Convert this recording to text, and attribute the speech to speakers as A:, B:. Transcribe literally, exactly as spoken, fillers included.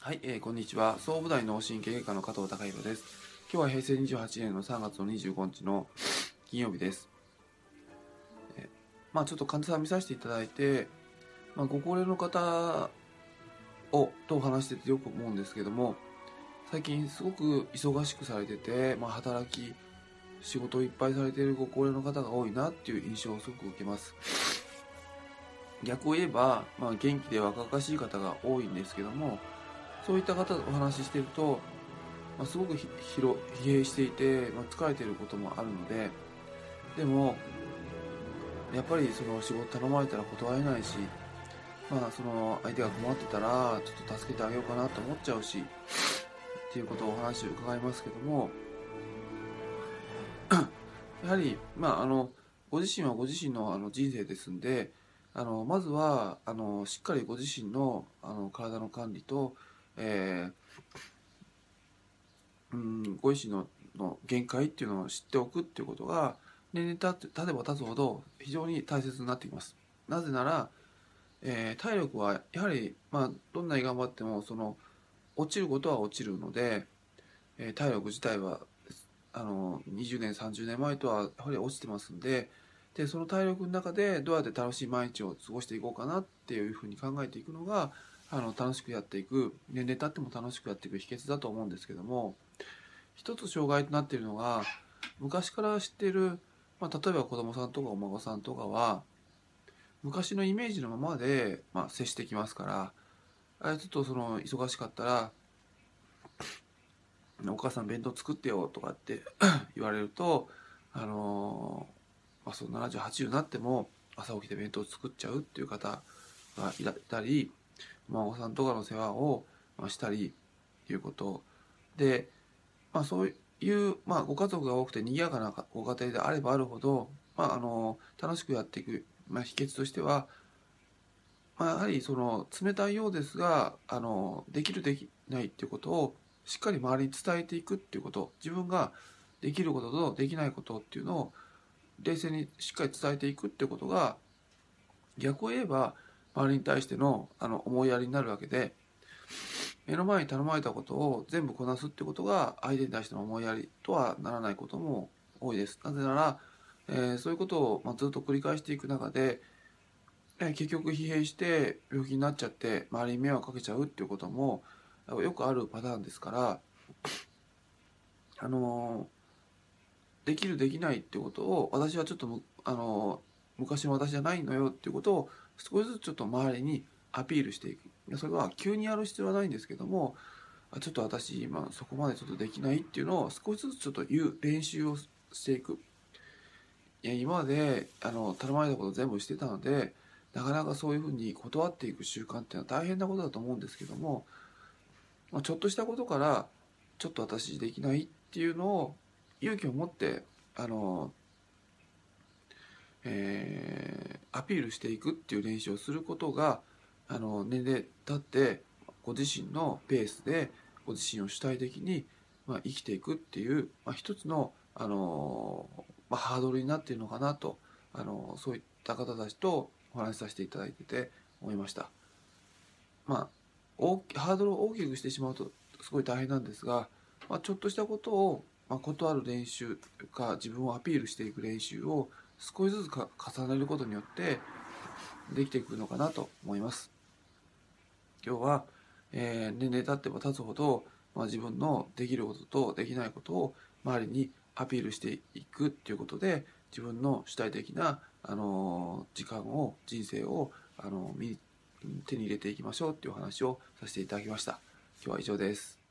A: はい、えー、こんにちは。総武大脳神経外科の加藤孝弘です。今日は平成にじゅうはちねんのさんがつのにじゅうごにちの金曜日です。えー、まあちょっと患者さん見させていただいて、まあ、ご高齢の方をと話しててよく思うんですけども、最近すごく忙しくされてて、まあ、働き、仕事をいっぱいされているご高齢の方が多いなっていう印象をすごく受けます。逆を言えば、まあ、元気で若々しい方が多いんですけども、そういった方とお話ししていると、まあ、すごく疲労疲弊していて、まあ、疲れていることもあるので、でもやっぱりその仕事頼まれたら断れないし、まあ、その相手が困ってたらちょっと助けてあげようかなと思っちゃうしっていうことをお話を伺いますけども、やはり、まあ、あのご自身はご自身のあの人生ですんで、あのまずはあのしっかりご自身のあの体の管理と、えー、うんご自身のの限界っていうのを知っておくっていうことが年々経って経てば経つほど非常に大切になってきます。なぜなら、えー体力はやはり、まあ、どんなに頑張ってもその落ちることは落ちるので、えー体力自体はあのにじゅうねんさんじゅうねんまえとはやはり落ちてますんで、でその体力の中でどうやって楽しい毎日を過ごしていこうかなっていうふうに考えていくのが、あの楽しくやっていく、年齢経っても楽しくやっていく秘訣だと思うんですけども、一つ障害となっているのが、昔から知っている、まあ、例えば子供さんとかお孫さんとかは昔のイメージのままで、まあ、接してきますから、あれちょっとその忙しかったらお母さん弁当作ってよとかって言われると、あのーまあ、そのななじゅうはちじゅうになっても朝起きて弁当作っちゃうっていう方がいたり、お孫さんとかの世話をしたりっていうことで、まあ、そういう、まあ、ご家族が多くて賑やかなご家庭であればあるほど、まあ、あの楽しくやっていく、まあ、秘訣としては、まあ、やはりその冷たいようですが、あのできるできないっていうことをしっかり周りに伝えていくっていうこと、自分ができることとできないことっていうのを冷静にしっかり伝えていくっていうことが、逆を言えば周りに対してのあの思いやりになるわけで、目の前に頼まれたことを全部こなすってことが相手に対しての思いやりとはならないことも多いです。なぜなら、えーそういうことを、まあ、ずっと繰り返していく中で、えー結局疲弊して病気になっちゃって周りに迷惑かけちゃうっていうこともよくあるパターンですから、あのーできるできないっていうことを、私はちょっとむ、あのー昔の私じゃないのよっていうことを少しずつちょっと周りにアピールしていく。それは急にやる必要はないんですけども、あちょっと私今そこまでちょっとできないっていうのを少しずつちょっと言う練習をしていく。いや今まであの頼まれたこと全部してたので、なかなかそういうふうに断っていく習慣っていうのは大変なことだと思うんですけども、まあ、ちょっとしたことからちょっと私できないっていうのを勇気を持ってあの、えーアピールしていくっていう練習をすることが、あの年齢経ってご自身のペースでご自身を主体的に、まあ、生きていくっていう、まあ、一つの、あのまあ、ハードルになっているのかなと、あのそういった方たちとお話しさせていただいてて思いました。まあ、大きハードルを大きくしてしまうとすごい大変なんですが、まあ、ちょっとしたことを、まあ、断る練習か自分をアピールしていく練習を少しずつか重ねることによってできていくのかなと思います。今日は、えー年齢経っても経つほど、まあ、自分のできることとできないことを周りにアピールしていくっていうことで、自分の主体的な、あのー時間を人生を、あのー手に入れていきましょうっていうお話をさせていただきました。今日は以上です。